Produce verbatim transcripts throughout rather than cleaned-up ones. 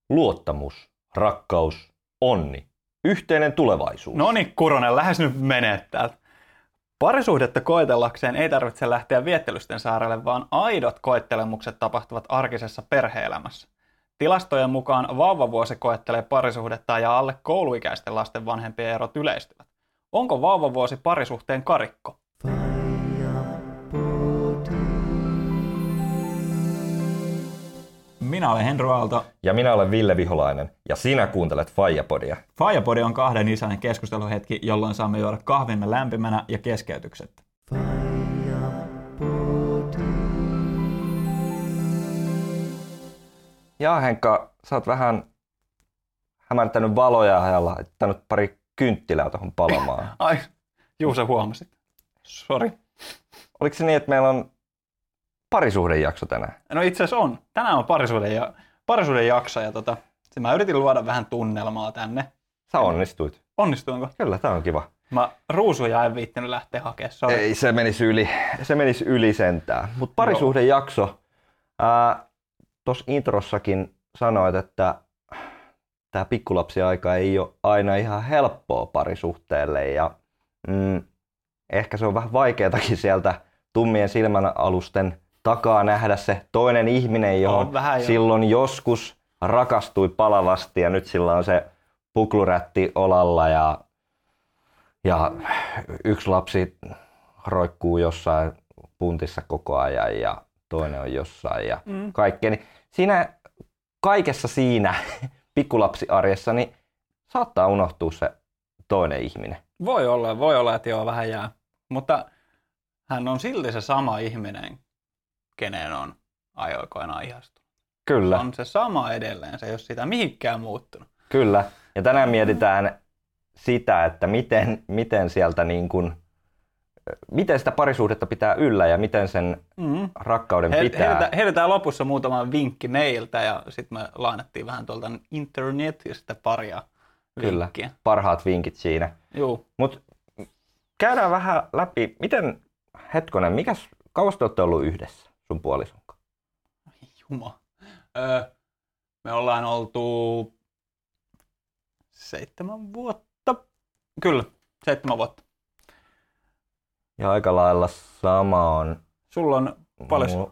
luottamus, rakkaus, onni, yhteinen tulevaisuus. No niin, Kuronen, lähes nyt menee täältä. Parisuhdetta koetellakseen ei tarvitse lähteä viettelysten saarelle, vaan aidot koettelemukset tapahtuvat arkisessa perhe-elämässä. Tilastojen mukaan vauvavuosi koettelee parisuhdetta ja alle kouluikäisten lasten vanhempien erot yleistyvät. Onko vauvavuosi parisuhteen karikko? Minä olen Henry Aalto. Ja minä olen Ville Viholainen. Ja sinä kuuntelet Faijapodia. Faijapodi on kahden isän keskusteluhetki, jolloin saamme juoda kahvimme lämpimänä ja keskeytyksettä. Ja Henkka, sä oot vähän hämärtänyt valoja ja laittanut pari kynttilää tuohon palamaan. Ai, juu sä huomasit. Sori. Oliko se niin, että meillä on parisuhdejakso tänään? No itse asiassa on. Tänään on parisuuden, ja, parisuuden jakso ja tota, mä yritin luoda vähän tunnelmaa tänne. Sä onnistuit. Onnistuinko? Kyllä, tää on kiva. Mä ruusuja en viittänyt lähteä hakemaan. Sorry. Ei, se menisi yli, se menisi yli sentään. Mutta parisuhdejakso. Tuossa introssakin sanoit, että tämä pikkulapsiaika ei ole aina ihan helppoa parisuhteelle. Ja mm, ehkä se on vähän vaikeatakin sieltä tummien silmänalusten takaa nähdä se toinen ihminen, johon vähän silloin jo. joskus rakastui palavasti ja nyt sillä on se puklurätti olalla ja, ja yksi lapsi roikkuu jossain puntissa koko ajan ja toinen on jossain ja mm. kaikkea. Niin siinä, kaikessa siinä pikkulapsiarjessa niin saattaa unohtua se toinen ihminen. Voi olla, voi olla, että joo, vähän jää. Mutta hän on silti se sama ihminen, keneen on ajoikoinaan ihastunut. Kyllä. Se on se sama edelleen, se ei ole sitä mihinkään muuttunut. Kyllä. Ja tänään mietitään sitä, että miten, miten sieltä niin kuin, miten sitä parisuhdetta pitää yllä ja miten sen mm-hmm. rakkauden He, pitää. Heitetään, heitetään lopussa muutama vinkki meiltä ja sitten me lainattiin vähän tuolta internetistä paria Kyllä. vinkkiä. Parhaat vinkit siinä. Juu. Mut käydään vähän läpi, miten, hetkonen, mikäs, kauas te olette ollut yhdessä sun puolison kanssa? Juma. Öö, me ollaan oltu seitsemän vuotta. Kyllä, seitsemän vuotta. Ja aika lailla sama on. Sulla on paljon.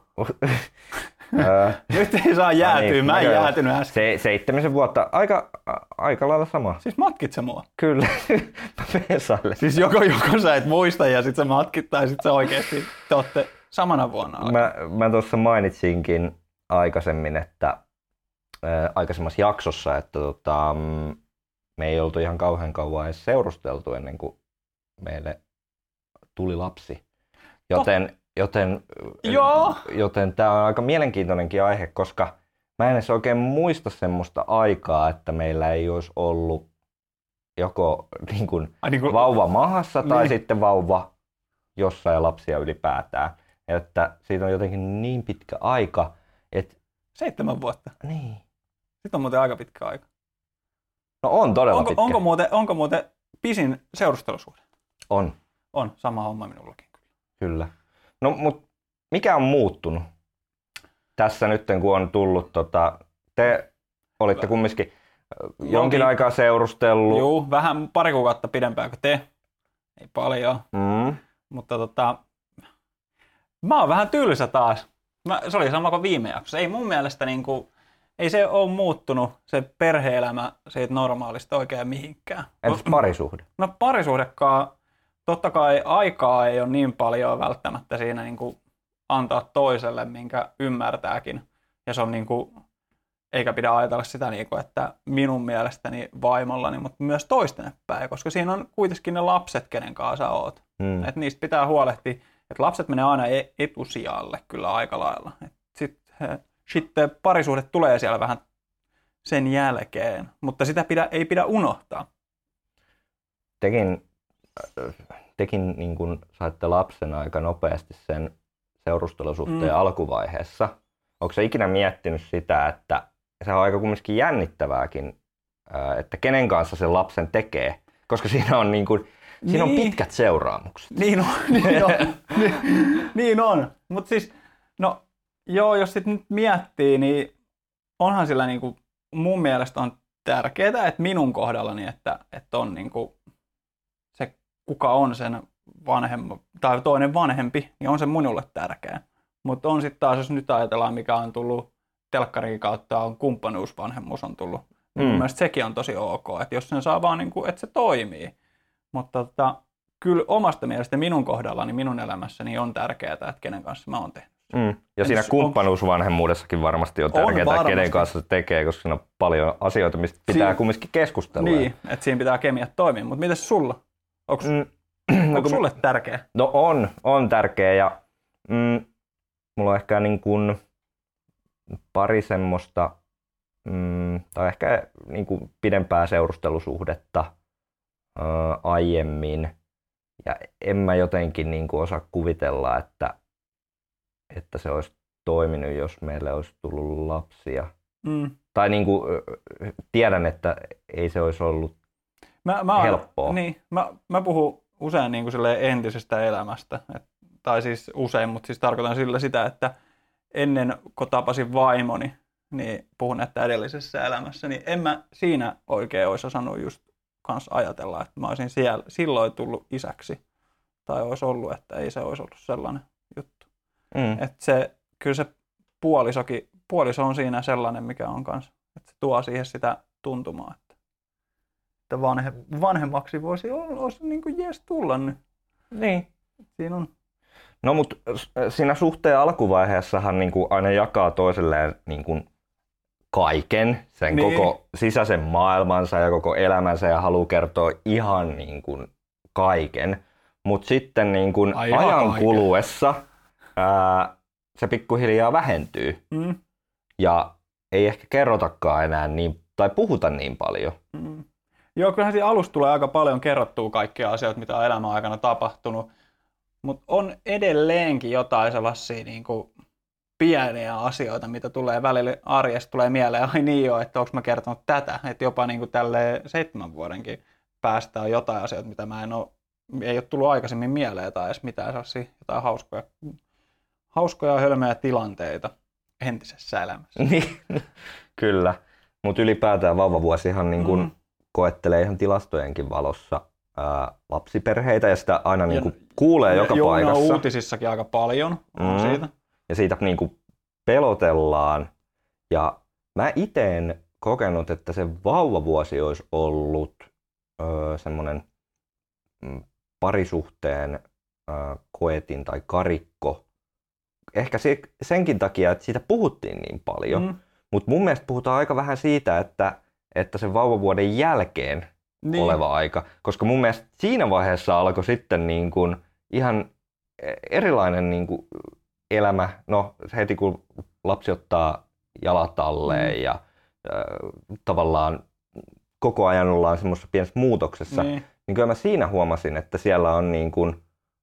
Nyt ei saa jäätyä, niin, mä en jäätynyt äsken. Se, seitsemisen vuotta, aika, aika lailla sama. Siis matkit sä mua? Kyllä, mä Vesalle. Siis joko, joko sä et muista ja sit sä matkit tai sit sä oikeesti te ootte samana vuonna alkaa. Mä, mä tuossa mainitsinkin aikaisemmin, että ää, aikaisemmassa jaksossa, että tota, me ei oltu ihan kauhean kauan edes seurusteltu ennen kuin meille tuli lapsi. Joten, joten, joten tää on aika mielenkiintoinenkin aihe, koska mä en edes oikein muista semmoista aikaa, että meillä ei olisi ollut joko niin kuin Ai, niin kuin, vauva mahassa tai niin. sitten vauva jossain lapsia ylipäätään. Että siitä on jotenkin niin pitkä aika, että... Seitsemän vuotta? Niin. Sitten on muuten aika pitkä aika. No on todella onko, pitkä. Onko muuten, onko muuten pisin seurustelusuhde? On. On, sama homma minullakin kyllä. Kyllä. No, mutta mikä on muuttunut tässä nyt, kun on tullut, tota, te olitte kumminkin jonkin Logi. aikaa seurustellut. Joo, vähän pari kuukautta pidempään kuin te. Ei paljon. Mm. Mutta tota, mä oon vähän tylsä taas. Mä, se oli sama kuin viime jaksossa. Ei mun mielestä niinku, ei se ole muuttunut se perhe-elämä siitä normaalista oikein mihinkään. Entäs parisuhde? No parisuhdekaan. Totta kai aikaa ei ole niin paljon välttämättä siinä niin kuin antaa toiselle, minkä ymmärtääkin. Ja se on niin kuin, eikä pidä ajatella sitä, niin kuin, että minun mielestäni vaimollani, mutta myös toisten päin, koska siinä on kuitenkin ne lapset, kenen kanssa sä oot. Hmm. Et niistä pitää huolehtia, että lapset menee aina etusijalle kyllä aika lailla. Sitten sit parisuhde tulee siellä vähän sen jälkeen, mutta sitä pidä, ei pidä unohtaa. Tekin... Tekin niin kun saitte lapsena aika nopeasti sen seurustelusuhteen mm. alkuvaiheessa. Onko sä ikinä miettinyt sitä, että se on aika kumminkin jännittävääkin, että kenen kanssa sen lapsen tekee? Koska siinä on, niin kun, siinä niin. on pitkät seuraamukset. Niin on, niin on. niin on. Mutta siis, no joo, jos sit nyt miettii, niin onhan sillä niinku mun mielestä on tärkeää, että minun kohdallani, että, että on niin kuin se, kuka on sen vanhempi, tai toinen vanhempi, niin on se minulle tärkeä. Mutta on sitten taas, jos nyt ajatellaan, mikä on tullut telkkarin kautta, on kumppanuusvanhemmuus on tullut. Mm. Mun mielestä sekin on tosi ok, että jos sen saa vaan, niin kuin, että se toimii. Mutta tota, kyllä omasta mielestä minun kohdallani, minun elämässäni on tärkeää, että kenen kanssa mä oon tehnyt. Mm. Ja siinä Entäs kumppanuusvanhemmuudessakin varmasti on tärkeää, on kenen kanssa se tekee, koska siinä on paljon asioita, mistä pitää si- kumminkin keskustella. Niin, että siinä pitää kemiat toimia. Mutta mitäs sulla? Onko mm. sulle tärkeä? No on, on tärkeä ja mm, mulla on ehkä niin kuin pari semmoista, mm, tai ehkä niin kuin pidempää seurustelusuhdetta ää, aiemmin. Ja en mä jotenkin niin kuin osaa kuvitella, että, että se olisi toiminut, jos meille olisi tullut lapsia. Mm. Tai niin kuin, tiedän, että ei se olisi ollut mä, mä helppoa. Niin, mä, mä puhun usein niin kuin entisestä elämästä. Et, tai siis usein, mutta siis tarkoitan sillä sitä, että ennen kun tapasin vaimoni, niin puhun, että edellisessä elämässä, niin en mä siinä oikein olisi osannut just kanssa ajatella, että mä olisin siellä, silloin tullut isäksi. Tai olisi ollut, että ei se olisi ollut sellainen juttu. Mm. Että se, kyllä se puolisokin, puoliso on siinä sellainen, mikä on kanssa. Että se tuo siihen sitä tuntumaa, että, että vanhe, vanhemmaksi voisi olla, olisi niin kuin jees tulla nyt. Niin. Siinä on. No mutta siinä suhteen alkuvaiheessahan niin kuin aina jakaa toiselleen niin kuin kaiken, sen niin. Koko sisäisen maailmansa ja koko elämänsä ja haluaa kertoa ihan niin kuin kaiken. Mutta sitten niin kuin ajan kaiken. kuluessa ää, se pikkuhiljaa vähentyy mm. ja ei ehkä kerrotakaan enää niin, tai puhuta niin paljon. Mm. Joo, kyllähän siinä alussa tulee aika paljon kerrottua kaikkia asioita, mitä on elämän aikana tapahtunut. Mutta on edelleenkin jotain sellaisia niin kuin pieniä asioita, mitä tulee välillä arjesta tulee mieleen. Ai niin joo, että onko mä kertonut tätä. Että jopa niin kuin tälleen seitsemän vuodenkin päästä on jotain asioita, mitä mä en ole, ei ole tullut aikaisemmin mieleen tai edes mitään sellaisia jotain hauskoja, hauskoja ja hölmöjä tilanteita entisessä elämässä. Niin, kyllä. Mutta ylipäätään vauvavuosihan niin kun mm. koettelee ihan tilastojenkin valossa ää, lapsiperheitä ja sitä aina niin kun kuulee ja, joka joo, paikassa. Joo, uutisissakin aika paljon on mm. siitä. Ja siitä niin kun pelotellaan. Ja mä itse en kokenut, että se vauvavuosi olisi ollut öö, semmoinen mm, parisuhteen öö, koetin tai karikko. Ehkä se, senkin takia, että siitä puhuttiin niin paljon. Mm. Mutta mun mielestä puhutaan aika vähän siitä, että, että sen vauvavuoden jälkeen niin. oleva aika. Koska mun mielestä siinä vaiheessa alkoi sitten niin kuin ihan erilainen niin kuin elämä. No heti kun lapsi ottaa jalat alleen mm. ja äh, tavallaan koko ajan ollaan semmoisessa pienessä muutoksessa. Niin. niin kyllä mä siinä huomasin, että siellä on niin kuin,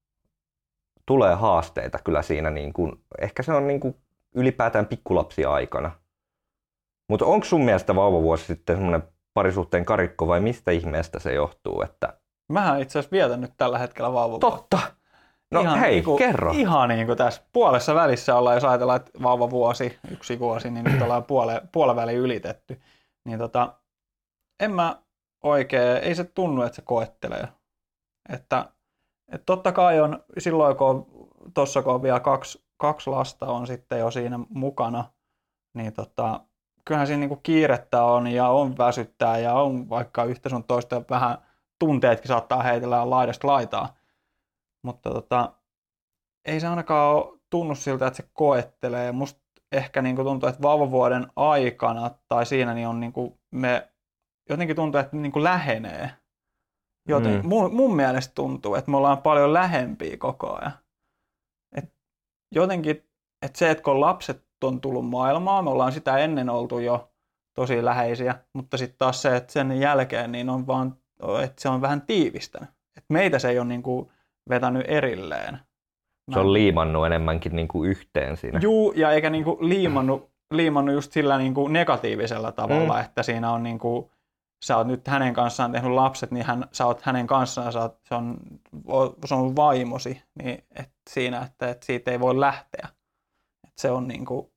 tulee haasteita kyllä siinä. Niin kuin, ehkä se on niin kuin ylipäätään pikkulapsia aikana. Mutta onko sun mielestä vauvavuosi sitten semmoinen parisuhteen karikko vai mistä ihmeestä se johtuu? Että... Mähän itse asiassa vietän nyt tällä hetkellä vauvavuotta. Totta! No ihan hei, niin kuin, kerro. Ihan niin kuin tässä puolessa välissä ollaan, jos ajatellaan, että vauvavuosi, yksi vuosi, niin nyt ollaan puole, puolen väliin ylitetty. Niin tota, en mä oikein, ei se tunnu, että se koettelee. Että, että totta kai on silloin, kun on, tossa kun on vielä kaksi, kaksi lasta on sitten jo siinä mukana, niin tota, kyllähän siinä niinku kiirettä on ja on väsyttää ja on vaikka yhtä sun toista vähän tunteetkin saattaa heitellä laidasta laitaa. Mutta tota, ei se ainakaan ole tunnu siltä, että se koettelee. Musta ehkä niinku tuntuu, että vauvavuoden aikana tai siinä niin on niinku me jotenkin tuntuu, että niinku lähenee. Joten mm. mun, mun mielestä tuntuu, että me ollaan paljon lähempiä koko ajan. Et jotenkin, että se, että kun lapset on tullut maailmaan, me ollaan sitä ennen oltu jo tosi läheisiä, mutta sitten taas se, että sen jälkeen niin on vaan, että se on vähän tiivistänyt. Et meitä se ei ole niinku vetänyt erilleen. Se on liimannut enemmänkin niinku yhteen siinä. Juu, ja eikä niinku liimannut, liimannut just sillä niinku negatiivisella tavalla, mm. että siinä on niinku, sä oot nyt hänen kanssaan tehnyt lapset, niin hän, sä oot hänen kanssaan, sä oot, se, on, se on vaimosi, niin et siinä, että et siitä ei voi lähteä. Et se on niinku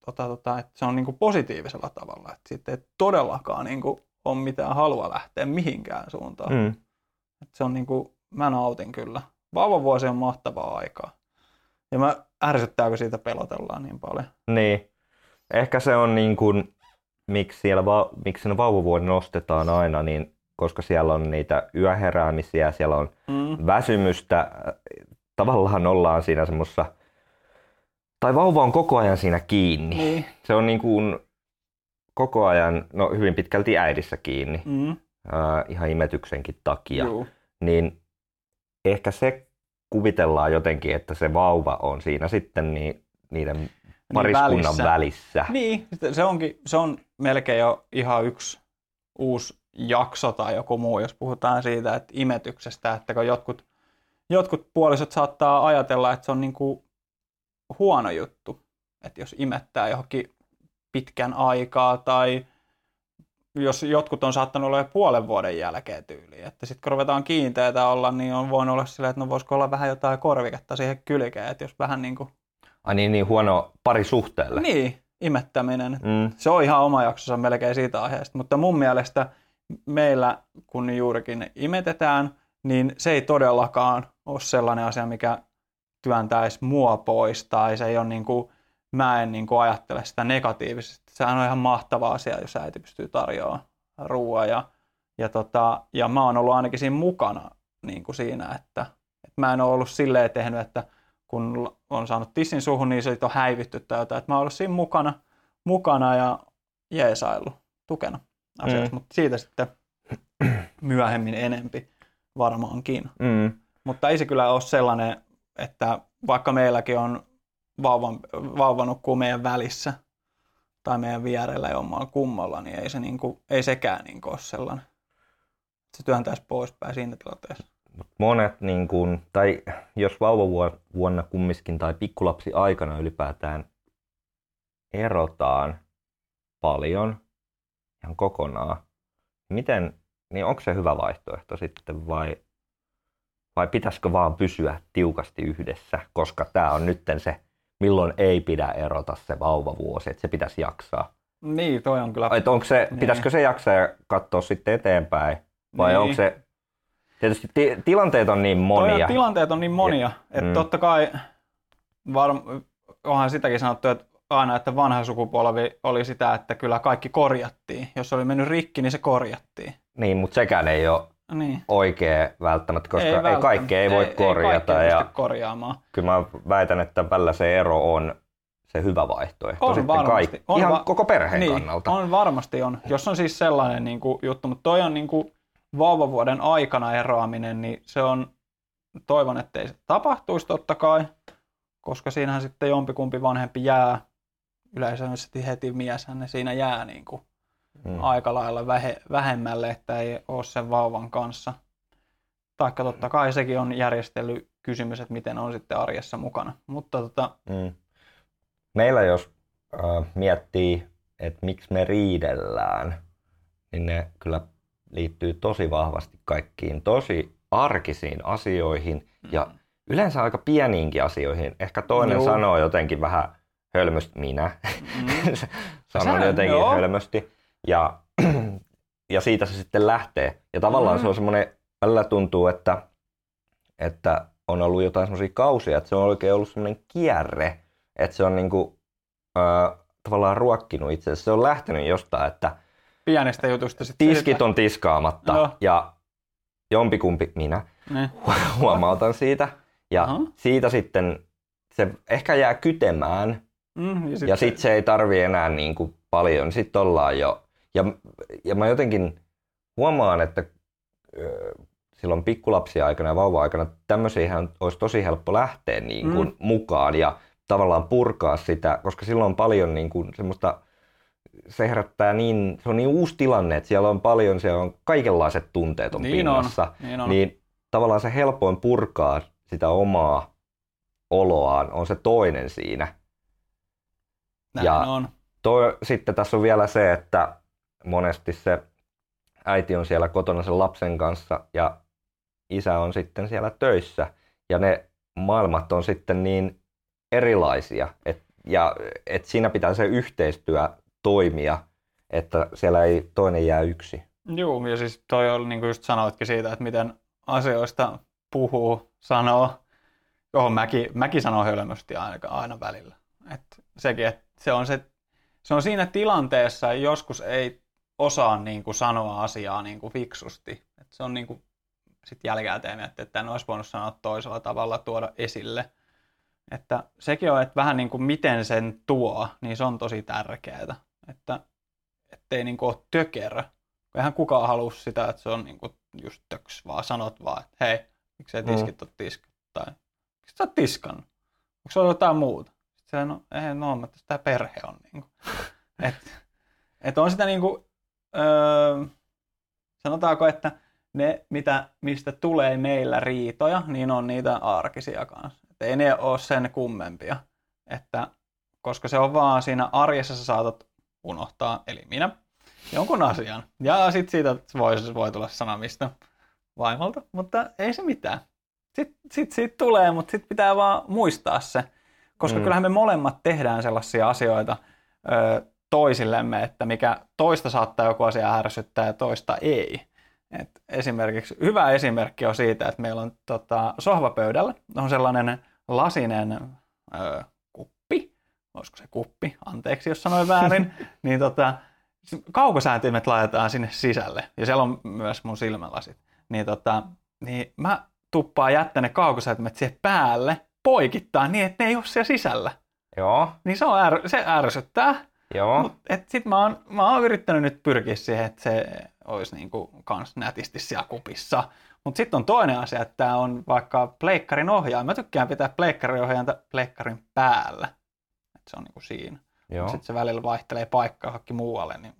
tota, tota, että se on niin kuin positiivisella tavalla. Että sitten ei todellakaan niin kuin ole mitään halua lähteä mihinkään suuntaan. Mm. Että se on niin kuin, mä nautin kyllä. Vauvavuosi on mahtavaa aikaa. Ja mä ärsyttää, kun siitä pelotellaan niin paljon. Niin. Ehkä se on niin kuin, miksi, siellä va- miksi sen vauvavuoden nostetaan aina, niin koska siellä on niitä yöheräämisiä, siellä on mm. väsymystä. Tavallaan ollaan siinä semmoisessa, tai vauva on koko ajan siinä kiinni. Niin. Se on niin kuin koko ajan, no hyvin pitkälti äidissä kiinni, mm. äh, ihan imetyksenkin takia. Juu. Niin ehkä se kuvitellaan jotenkin, että se vauva on siinä sitten niin, niiden pariskunnan niin välissä. välissä. Niin, se, onkin, se on melkein jo ihan yksi uusi jakso tai joku muu, jos puhutaan siitä, että imetyksestä, että kun jotkut, jotkut puolisot saattaa ajatella, että se on niin kuin huono juttu, että jos imettää johonkin pitkän aikaa tai jos jotkut on saattanut olla jo puolen vuoden jälkeen tyyliin, että sitten kun ruvetaan kiinteätä olla, niin on voinut olla silleen, että no voisiko olla vähän jotain korviketta siihen kylkeen, että jos vähän niin kuin... Ai niin, niin huono parisuhteelle. Niin, imettäminen. Mm. Se on ihan oma jaksonsa melkein siitä aiheesta, mutta mun mielestä meillä, kun juurikin imetetään, niin se ei todellakaan ole sellainen asia, mikä työntäisi mua pois, tai se ei ole niin kuin, mä en niin kuin ajattele sitä negatiivisesti. Sehän on ihan mahtava asia, jos äiti pystyy tarjoamaan ruoaa. Ja, ja, tota, ja mä oon ollut ainakin siinä mukana niin kuin siinä, että, että mä en ole ollut silleen tehnyt, että kun on saanut tissin suhun, niin se on häivitty tai jotain. Että mä oon ollut siinä mukana, mukana ja jeesaillut, tukena asiassa, mm. mutta siitä sitten myöhemmin enempi varmaankin. Mm. Mutta ei se kyllä ole sellainen, että vaikka meilläkin on vauvan, vauva nukkuu meidän välissä tai meidän vierellä jommaan kummalla, niin ei, se niinku, ei sekään niinku ole sellainen. Se työntäisi poispäin siinä tilanteessa. Monet, niin kuin, tai jos vauvavuonna kumminkin tai pikkulapsi aikana ylipäätään erotaan paljon ihan kokonaan, miten, niin onko se hyvä vaihtoehto sitten vai, vai pitäisikö vaan pysyä tiukasti yhdessä, koska tämä on nytten se, milloin ei pidä erota se vauvavuosi, että se pitäisi jaksaa. Niin, toi on kyllä. Et onko se, niin. Pitäisikö se jaksaa ja katsoa sitten eteenpäin vai niin. Onko se, tietysti ti- tilanteet on niin monia. Toi tilanteet on niin monia, että mm. totta kai var- onhan sitäkin sanottu, että aina, että vanha sukupolvi oli sitä, että kyllä kaikki korjattiin. Jos oli mennyt rikki, niin se korjattiin. Niin, mutta sekään ei ole niin. Oikea välttämättä, koska ei, ei kaikkea ei voi ei, korjata. Ei ja korjaamaan. Kyllä mä väitän, että välillä se ero on se hyvä vaihtoehto. On sitten varmasti. Kaikki, on ihan va- koko perheen niin, kannalta. On varmasti on. Jos on siis sellainen niin kuin, juttu, mutta toi on niin kuin, vauvavuoden aikana eroaminen, niin se on, toivon, ettei se tapahtuisi totta kai, koska siinähän sitten jompikumpi vanhempi jää, yleensä heti mieshän ne siinä jää niin kuin hmm. aika lailla vähe, vähemmälle, että ei ole sen vauvan kanssa. Taikka totta kai sekin on järjestelykysymys, että miten on sitten arjessa mukana. Mutta tota... hmm. Meillä jos äh, miettii, että miksi me riidellään, niin ne kyllä liittyy tosi vahvasti kaikkiin tosi arkisiin asioihin ja yleensä aika pieniinkin asioihin. Ehkä toinen Joo. sanoo jotenkin vähän hölmösti, minä mm. sanon Sä, jotenkin joo. hölmösti ja, ja siitä se sitten lähtee. Ja tavallaan mm. se on semmoinen, välillä tuntuu, että, että on ollut jotain semmoisia kausia, että se on oikein ollut semmoinen kierre, että se on niinku, äh, tavallaan ruokkinut itse asiassa. Se on lähtenyt jostain, että pienestä jutusta sitten. Tiskit on tiskaamatta no. ja jompikumpi, minä, ne. huomautan siitä. Ja uh-huh. siitä sitten se ehkä jää kytemään mm, ja sitten ja sit se ei tarvi enää niin kuin paljon. Sitten ollaan jo. Ja, ja mä jotenkin huomaan, että äh, silloin pikkulapsia-aikana ja vauva-aikana tämmöisiähän olisi tosi helppo lähteä niin kuin mm. mukaan ja tavallaan purkaa sitä, koska silloin on paljon niin kuin semmoista se herättää niin, se on niin uusi tilanne, että siellä on paljon, siellä on kaikenlaiset tunteet on niin pinnassa, on, niin, on. Niin tavallaan se helpoin purkaa sitä omaa oloaan on se toinen siinä. Näin ja on. Toi, sitten tässä on vielä se, että monesti se äiti on siellä kotona sen lapsen kanssa ja isä on sitten siellä töissä ja ne maailmat on sitten niin erilaisia, että ja et siinä pitää se yhteistyö toimia, että siellä ei toinen jää yksi. Joo, ja siis toi oli niin kuin just sanoitkin siitä, että miten asioista puhuu, sanoo, johon mäkin, mäkin sanon hölmösti aina, aina välillä. Et sekin, että se on, se, se on siinä tilanteessa, joskus ei osaa niin kuin sanoa asiaa niin kuin fiksusti. Et se on niin kuin sitten jälkikäteen miettiä, että en olisi voinut sanoa toisella tavalla, tuoda esille. Että sekin on, että vähän niin kuin miten sen tuo, niin se on tosi tärkeää. Että ettei niin kuin ole tökerö. Eihän kukaan halua sitä, että se on niin kuin just töks, vaan sanot vaan, että hei, miksei tiskit mm. ole tiskit? Tai miksi sä oot tiskannut? Onko se ollut jotain muuta? Sitten no, ei, no, mutta tämä perhe on niin kuin. Että et on sitä niin kuin, öö, sanotaanko, että ne, mitä, mistä tulee meillä riitoja, niin on niitä arkisia kanssa. Et ei ne ole sen kummempia. Että, koska se on vaan siinä arjessa sä saatat unohtaa, eli minä, jonkun asian. Ja sitten siitä voi, voi tulla sanomista vaimolta, mutta ei se mitään. Sitten sit siitä tulee, mutta sitten pitää vaan muistaa se. Koska mm. kyllähän me molemmat tehdään sellaisia asioita ö, toisillemme, että mikä toista saattaa joku asia ärsyttää ja toista ei. Et esimerkiksi hyvä esimerkki on siitä, että meillä on tota, sohvapöydällä on sellainen lasinen ö, kuppi, olisiko se kuppi, anteeksi jos sanoin väärin, niin tota, kaukosäätimet laitetaan sinne sisälle ja siellä on myös mun silmälasit. Niin, tota, niin mä tuppaan jättää ne kaukosäätimet siihen päälle poikittaa niin, että ne ei ole siellä sisällä. Joo. Niin se, on är, se ärsyttää. Joo. Mut, et sit mä oon, mä oon yrittänyt nyt pyrkiä siihen, että se olisi niinku kans nätisti siellä kupissa. Mutta sitten on toinen asia, että tää on vaikka pleikkarin ohjaaja. Mä tykkään pitää pleikkarin ohjaajanta pleikkarin päällä. Et se on niinku siinä. Sitten se välillä vaihtelee paikkaa johonkin muualle. Niin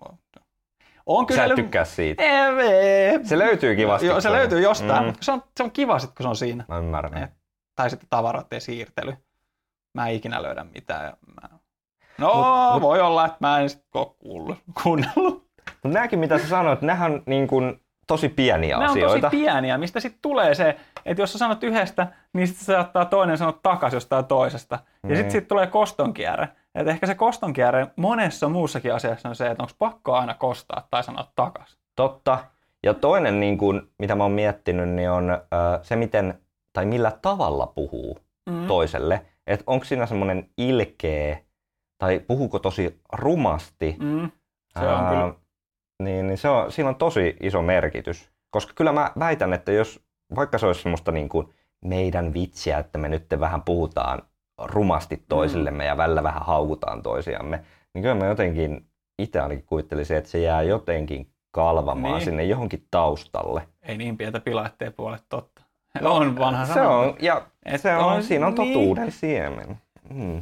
on kyllä. Sä et tykkää siitä. Ei, ei. Se löytyy kivasti. Joo, se löytyy jostain, mm. mutta se on, se on kiva sit, kun se on siinä. Mä ymmärrän. Et, tai sitten tavaroiden siirtely. Mä en ikinä löydä mitään. Ja mä... No, mut, voi mut... olla, että mä en sit ole kuullut, kuunnellut. Mutta nämäkin, mitä sä sanoit, nämähän on niin kuin tosi pieniä ne asioita. Ne on tosi pieniä, mistä sitten tulee se, että jos sä sanot yhdestä, niin sitten saattaa toinen sanoa takaisin jostain toisesta. Ja niin. sitten sit tulee kostonkierre. Että ehkä se kostonkierre monessa muussakin asiassa on se, että onko pakko aina kostaa tai sanoa takaisin. Totta. Ja toinen, niin kuin, mitä mä oon miettinyt, niin on äh, se, miten tai millä tavalla puhuu mm. toiselle. Että onko siinä semmoinen ilkeä tai puhuuko tosi rumasti. Mm. Se on ää, kyllä. Niin, niin se on, siinä on tosi iso merkitys. Koska kyllä mä väitän, että jos vaikka se olisi semmoista niin kuin meidän vitsiä, että me nyt vähän puhutaan rumasti toisillemme mm. ja välillä vähän haukutaan toisiamme, niin kyllä mä jotenkin itse ainakin kuvittelisin, että se jää jotenkin kalvamaan niin. sinne johonkin taustalle. Ei niin pientä pilaa, ettei puolet totta. No, on vanha se sanonta. On, ja se on, on, siinä on niin. totuuden siemen. Mm.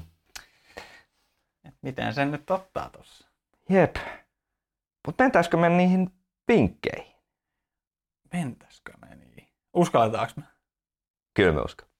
Et miten sen nyt ottaa tossa? Jep. Mutta mentäisikö me niihin vinkkeihin? Mentäisikö me niihin? Uskalletaanko me? Kyllä me uskalletaan.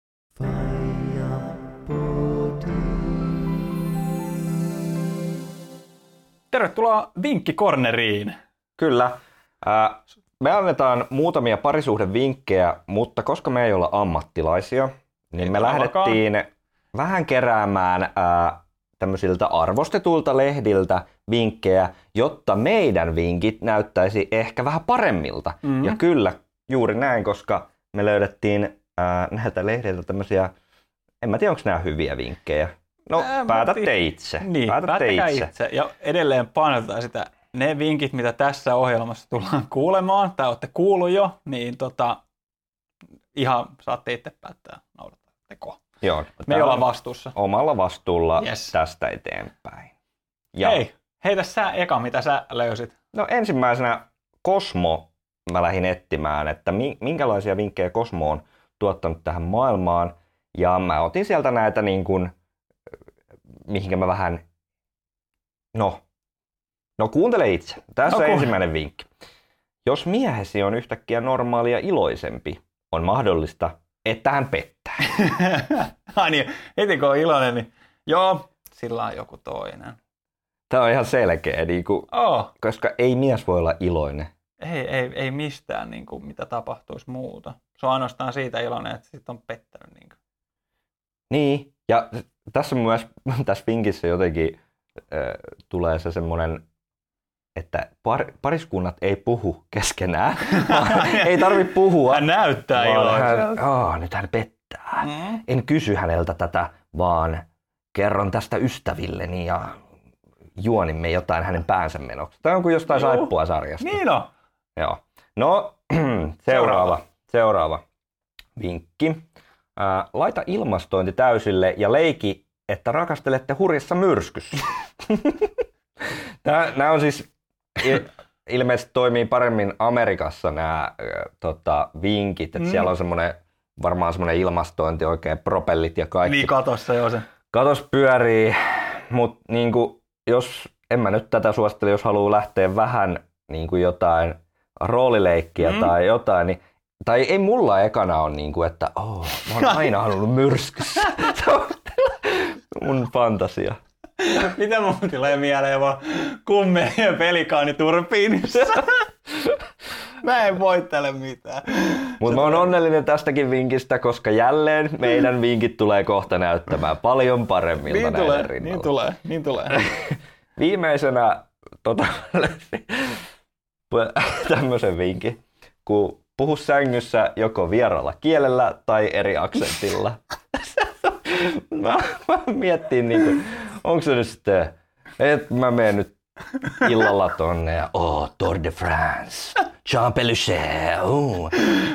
Tervetuloa vinkkikorneriin. Kyllä. Äh, me annetaan muutamia parisuhdevinkkejä, mutta koska me ei olla ammattilaisia, niin ei me lähdettiin vähän keräämään äh, tämmöisiltä arvostetuilta lehdiltä vinkkejä, jotta meidän vinkit näyttäisi ehkä vähän paremmilta. Mm-hmm. Ja kyllä, juuri näin, koska me löydettiin ää, näiltä lehdiltä tämmöisiä, en mä tiedä, onko nämä hyviä vinkkejä. No, Ää, päätätte itse. Niin, päätätte itse. itse. Ja edelleen painotetaan sitä, ne vinkit, mitä tässä ohjelmassa tullaan kuulemaan, tai olette kuullut jo, niin tota, ihan saatte itse päättää noudattatteko. Joo. Me ei olla vastuussa. Omalla vastuulla yes. tästä eteenpäin. Ja hei, heitä sä eka, mitä sä löysit. No ensimmäisenä Cosmo mä lähdin etsimään, että minkälaisia vinkkejä Cosmo on tuottanut tähän maailmaan. Ja mä otin sieltä näitä niin kuin, mihinkä mä vähän, no, no kuuntele itse. Tässä no, on ensimmäinen vinkki. Jos miehesi on yhtäkkiä normaalia iloisempi, on mahdollista, että hän pettää. Ai niin, heti kun on iloinen, niin joo, sillä on joku toinen. Tämä on ihan selkeä, niin kuin, oh. koska ei mies voi olla iloinen. Ei, ei, ei mistään, niin kuin, mitä tapahtuisi muuta. Se on ainoastaan siitä iloinen, että sitten on pettänyt. Niin, niin Ja tässä myös, tässä vinkissä jotenkin äh, tulee se semmoinen, että par, pariskunnat ei puhu keskenään. Ei tarvitse puhua. Hän näyttää iloiselta. Hän, nyt hän pettää. Mm. En kysy häneltä tätä, vaan kerron tästä ystävilleni ja juonimme jotain hänen päänsä menoksi. Tämä on kuin jostain Juu. Saippua sarjasta. Niin on. Joo. No, seuraava, seuraava. seuraava vinkki. Ää, laita ilmastointi täysille ja leiki, että rakastelette hurjassa myrskyssä. Nämä on siis, ilmeisesti toimii paremmin Amerikassa nämä äh, tota, vinkit, että mm. siellä on semmoinen, varmaan semmoinen ilmastointi, oikein propellit ja kaikki. Niin katossa jo se. Katos pyörii, mutta niinku, jos, en mä nyt tätä suosittele, jos haluaa lähteä vähän niinku jotain roolileikkiä mm. tai jotain, niin tai ei mulla ekana ole niinku, että oh, mä oon aina halunnut myrskyssä. Se on mun fantasia. Mitä mun tulee mieleen vaan kummeli ja pelikaani turbiinissa? Mä en voittele mitään. Mutta mä oon onnellinen tästäkin vinkistä, koska jälleen meidän vinkit tulee kohta näyttämään paljon paremmilta niin näillä tulee, rinnalla. Niin tulee, niin tulee. Viimeisenä tota, tämmöisen vinkin, kun puhu sängyssä joko vieraalla kielellä tai eri aksentilla. Mä, mä miettin, niin kuin, onko se nyt sitten, että mä menen nyt illalla tonne ja oh, Tour de France, Jean Peluchet, oh.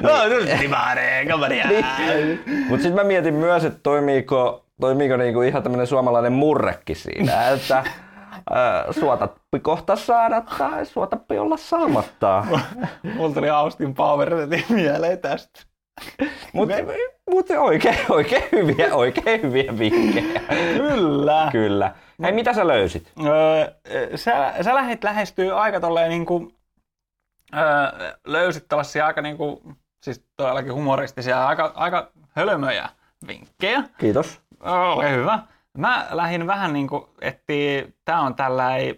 Mutta sitten mä mietin myös, että toimiiko, toimiiko niinku ihan tämmönen suomalainen murrekki siinä, että äh, suotappi kohta saada tai suotappi olla saamatta. Mulla tuli Austin Powersetin mieleen tästä. Mutta mut oikein, oikein, hyviä, oikein hyviä vinkkejä. Kyllä. Kyllä. Hei, mitä sä löysit? Öö, sä, sä lähdit lähestyä aika tolleen niinku, öö, löysit tällaisia aika niinku, siis todellakin humoristisia, aika, aika hölmöjä vinkkejä. Kiitos. Ole hyvä. Mä lähdin vähän niinku, että tää on tällainen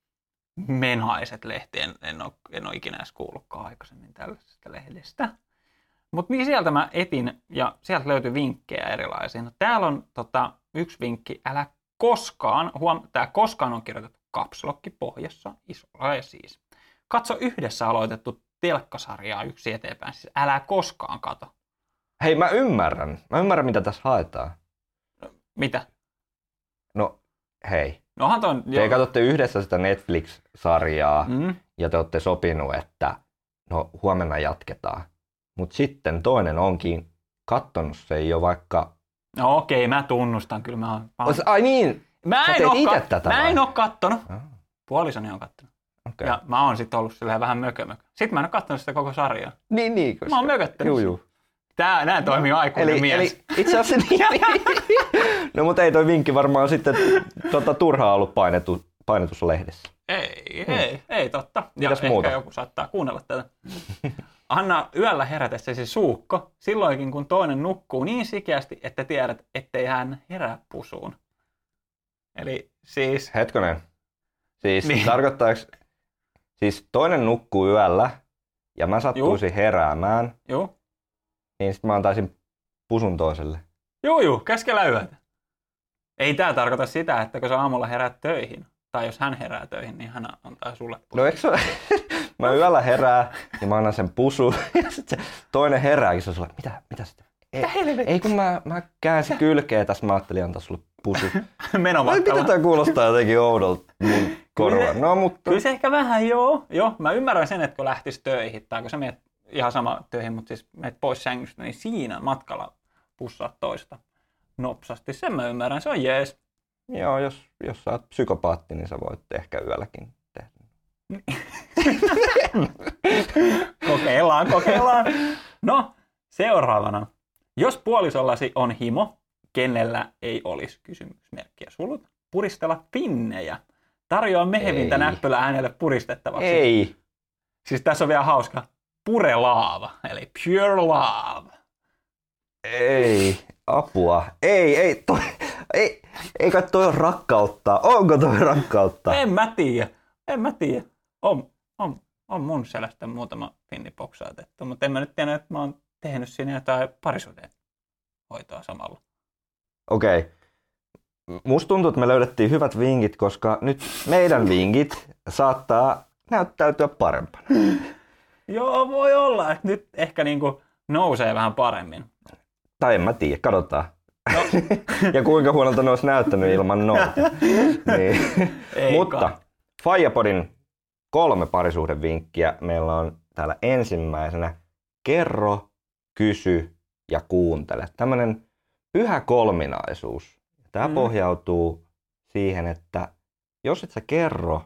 Menhaiset-lehti. En, en, ole, en ole ikinä edes kuullutkaan aikaisemmin tällaisesta lehdestä. Mutta niin sieltä mä etin ja sieltä löytyi vinkkejä erilaisia. No, täällä on tota, yksi vinkki, älä koskaan, huom, tää koskaan on kirjoitettu kapslokki pohjassa, isolla ja siis. Katso yhdessä aloitettu telkkasarjaa yksi eteenpäin, siis älä koskaan kato. Hei, mä ymmärrän. Mä ymmärrän, mitä tässä haetaan. Mitä? No, hei. Nohan ton, te jo. katsotte yhdessä sitä Netflix-sarjaa mm. ja te olette sopinut, että no huomenna jatketaan. Mutta sitten toinen onkin kattonut se jo vaikka... No okei, mä tunnustan. Kyllä mä oon... Ai niin! Mä Sä en, teet oo, ite kat... tätä mä en oo kattonut. Ah. Puolisoni on kattonut. Okay. Ja mä oon sit ollut silleen vähän mökö, mökö. Sitten mä en oo kattonut sitä koko sarjaa. Niin, niin. Koska... Mä oon mököttänyt. Juu, juu. Tää, nää toimii aikuinen eli, mies. Eli itse asiassa niin. No mutta ei toi vinkki varmaan sitten tota, turhaa ollut painetu, painetussa lehdessä. Ei, hmm. ei, ei totta. Ja mitäs ehkä muuta? Joku saattaa kuunnella tätä. Anna yöllä herätessäsi suukko silloinkin, kun toinen nukkuu niin sikeästi, että tiedät, ettei hän herää pusuun. Eli siis... Hetkonen. Siis niin. Tarkoittaako... Siis toinen nukkuu yöllä ja mä sattuisin Juh. heräämään. Joo. Niin sit mä antaisin pusun toiselle. Juu, juu, keskellä yötä. Ei tää tarkoita sitä, että kun sä aamulla heräät töihin, tai jos hän herää töihin, niin hän antaa sulle pusun. No eikö se mä yöllä herää ja mä annan sen pusun ja sit se toinen herääkin, se on sulle, mitä, mitä sitten? Ei, ei kun mä, mä käänsin kylkeä tässä, mä ajattelin antaa sulle pusun. Menomatkalla. Mitä tää kuulostaa jotenkin oudolta mun korvaan? No mutta... Kyllä se ehkä vähän joo. Joo, mä ymmärrän sen, että kun lähtis töihin, tai kun sä menet ihan sama töihin, mutta siis menet pois sängystä, niin siinä matkalla pussaat toista nopsasti. Sen mä ymmärrän, se on jees. Joo, jos, jos sä oot psykopaatti, niin sä voit ehkä yölläkin tehdä. Kokeillaan, kokeillaan. No, seuraavana. Jos puolisollasi on himo, kenellä ei olisi kysymysmerkkiä sulut, puristella pinnejä. Tarjoa mehevintä näppylä äänelle puristettavaksi. Ei. Siis tässä on vielä hauska. Pure love, eli pure love. Ei, apua. Ei, ei, toi, ei, ei kai toi on rakkautta. Onko toi rakkautta? En mä tiedä, en mä tiedä. On, on, on mun selästä muutama pinni poksautettu, mutta en mä nyt tiedä, että mä oon tehnyt siinä jotain parisuhteen hoitoa samalla. Okei, okay. musta tuntuu, että me löydettiin hyvät vinkit, koska nyt meidän vinkit saattaa näyttäytyä parempana. Joo, voi olla, että nyt ehkä niinku nousee vähän paremmin. Tai en mä tiedä, katsotaan. No. Ja kuinka huonolta ne olisi näyttänyt ilman noita. Niin. Mutta Faijapodin kolme parisuhdevinkkiä meillä on täällä ensimmäisenä. Kerro, kysy ja kuuntele. Tämmöinen pyhä kolminaisuus. Tämä mm. pohjautuu siihen, että jos et sä kerro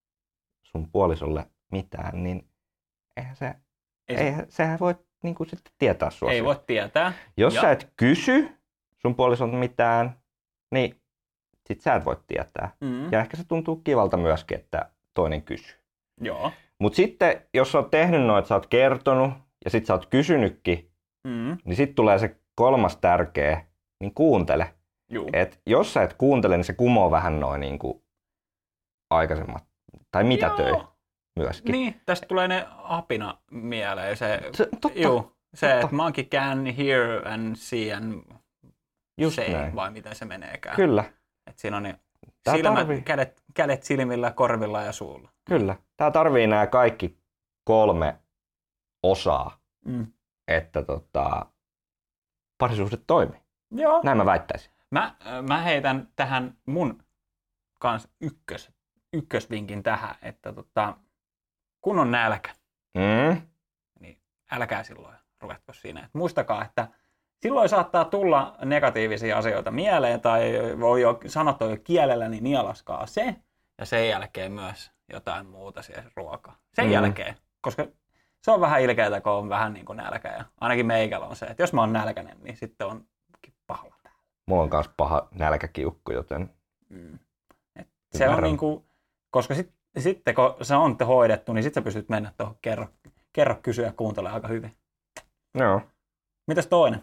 sun puolisolle mitään, niin eihän se, ei eihän, sehän voi niin kuin sitten tietää sua. Ei voi tietää. Jos ja. sä et kysy sun puolisolta mitään, niin sit sä et voi tietää. Mm. Ja ehkä se tuntuu kivalta myöskin, että toinen kysyy. Joo. Mut sitten, jos sä oot tehnyt noin, että sä oot kertonut ja sit sä oot kysynytkin, mm. niin sit tulee se kolmas tärkeä, niin kuuntele. Juu. Et jos sä et kuuntele, niin se kumoo vähän noin niin kuin aikaisemmat, tai mitätöi myöskin. Niin, tästä tulee ne apina mieleen. Se, se, totta, juu, se totta. että monkey can hear and see and just say, näin. vai miten se meneekään. Kyllä. Et siinä on ne silmät, kädet, kädet silmillä, korvilla ja suulla. Kyllä. Tää tarvii nämä kaikki kolme osaa, mm. että tota, parisuhde toimii. Joo. Näin mä väittäisin. Mä, mä heitän tähän mun kans ykkös, ykkösvinkin tähän, että tota, kun on nälkä, mm. niin älkää silloin ruvetko siinä. Et muistakaa, että silloin saattaa tulla negatiivisia asioita mieleen tai voi jo sanottua jo kielellä, niin nielaskaa se ja sen jälkeen myös jotain muuta siihen ruokaa. Sen mm. jälkeen, koska se on vähän ilkeätä, kun on vähän niin kuin nälkä ja ainakin meikällä on se, että jos mä oon nälkäinen, niin sitten on pahalla täällä. Mulla on kans paha nälkäkiukku, joten mm. Et se on niin kuin, koska sit, sitten kun se on hoidettu, niin sitten sä pystyt mennä tuohon kerro, kerro, kysyä ja kuuntele aika hyvin. Joo. Mitäs toinen?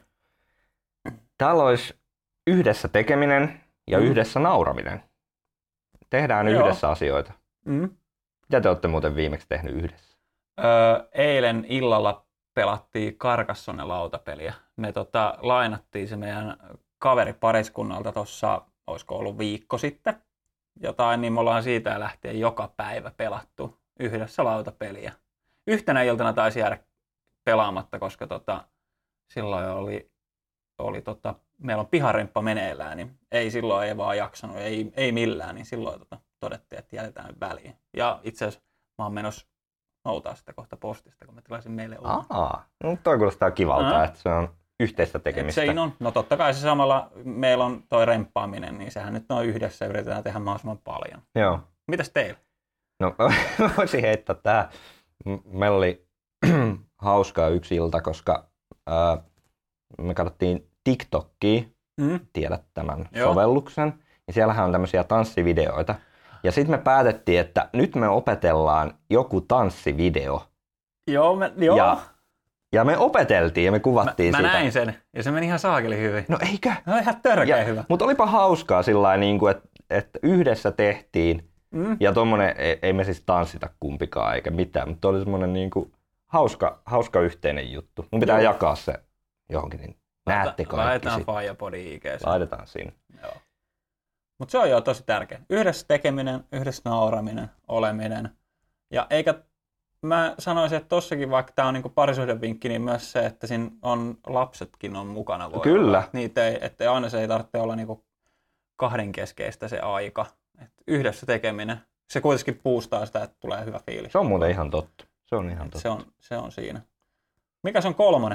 Täällä olisi yhdessä tekeminen ja mm. yhdessä nauraminen. Tehdään Joo. yhdessä asioita. Mm. Mitä te olette muuten viimeksi tehnyt yhdessä? Öö, eilen illalla pelattiin Carcassonne-lautapeliä. Me tota, lainattiin se meidän kaveripariskunnalta tuossa, olisiko ollut viikko sitten, jotain, niin me ollaan siitä lähtien joka päivä pelattu yhdessä lautapeliä. Yhtenä iltana taisi jäädä pelaamatta, koska tota, silloin oli, oli tota, meillä on piharemppa meneillään, niin ei silloin ei vaan jaksanut, ei, ei millään, niin silloin tota, todettiin, että jätetään väliin. Ja itse asiassa mä oon menossa noutaa sitä kohta postista, kun mä tilasin meille uuden. Aa, no toi kuulostaa kivalta, Aa. että se on yhteistä tekemistä. Se on. No totta kai se samalla, meillä on toi remppaaminen, niin sehän nyt on yhdessä, yritetään tehdä mahdollisimman paljon. Joo. Mitäs teillä? No voisin heittää tää. Meillä oli hauskaa yksi ilta, koska ää, me katsottiin TikTokia, mm. tiedät tämän Joo. sovelluksen, ja siellähän on tämmöisiä tanssivideoita. Ja sitten me päätettiin, että nyt me opetellaan joku tanssivideo. Joo, me, joo. Ja, ja me opeteltiin ja me kuvattiin mä, sitä. Mä näin sen ja se meni ihan saakeli hyvin. No eikö? No ihan törkeä hyvä. Mutta olipa hauskaa sillä lailla, niin että, että yhdessä tehtiin. Mm. Ja tommonen, ei, ei me siis tanssita kumpikaan eikä mitään, mutta oli semmonen niin kuin hauska, hauska yhteinen juttu. Mun pitää Joo. jakaa se johonkin, niin näette kaikki. Laitetaan Faijapodin I G. Laitetaan sinne. Joo. Mutta se on jo tosi tärkeä. Yhdessä tekeminen, yhdessä nauraminen, oleminen. Ja eikä, mä sanoisin, että tossakin vaikka tää on niinku parisuhdevinkki, niin myös se, että siinä on lapsetkin on mukana. Voi Kyllä. Olla. Niitä ei, että aina se ei tarvitse olla niinku kahdenkeskeistä se aika. Et yhdessä tekeminen, se kuitenkin boostaa sitä, että tulee hyvä fiilis. Se on muuten ihan totta. Se on ihan totta. Se on, se on siinä. Mikäs on kolmonen?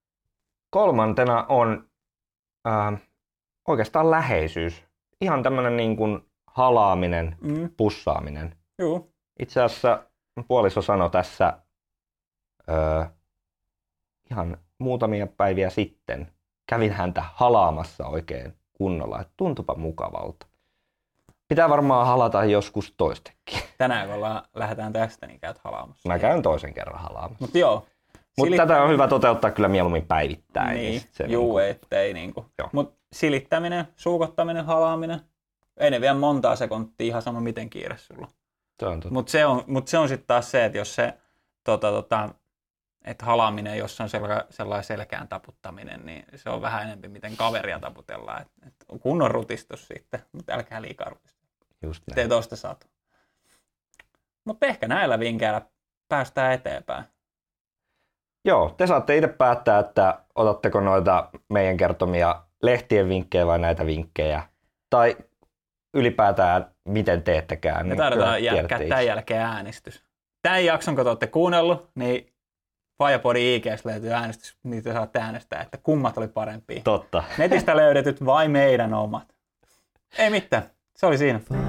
Kolmantena on äh, oikeastaan läheisyys. Ihan tämmönen niin kuin halaaminen, mm. pussaaminen. Joo. Itse asiassa puoliso sanoi tässä öö, ihan muutamia päiviä sitten. Kävin häntä halaamassa oikein kunnolla, että tuntupa mukavalta. Pitää varmaan halata joskus toistekin. Tänään kun ollaan, lähdetään tästä, niin käyt halaamassa. Mä käyn toisen kerran halaamassa. Mut joo. Mutta tätä on hyvä toteuttaa kyllä mieluummin päivittäin. Niin, niin se juu, niinku... ettei niinku. Mut silittäminen, suukottaminen, halaaminen, ei ne vie montaa sekuntia, ihan sama miten kiire sulla. Se on totta. Mut se on, mut se on sitten taas se, että jos se tota, tota, että halaaminen, jos on sellainen selkään taputtaminen, niin se on vähän enemmän miten kaveria taputellaan. Et, et kunnon rutistus sitten, mutta älkää liikaa rutistua. Just näin. Sitten ei tosta saatu. Mutta ehkä näillä vinkkeillä päästään eteenpäin. Joo, te saatte itse päättää, että otatteko noita meidän kertomia lehtien vinkkejä vai näitä vinkkejä. Tai ylipäätään, miten teettekään. Me niin tarvitaan kyllä jätkää tiedätte tämän itse. jälkeen äänestys. Tämän jakson, kun te olette kuunnellut, niin Fajapodin I G:stä löytyy äänestys, niitä saatte äänestää, että kummat oli parempia. Totta. Netistä löydetyt vai meidän omat. Ei mitään, se oli siinä.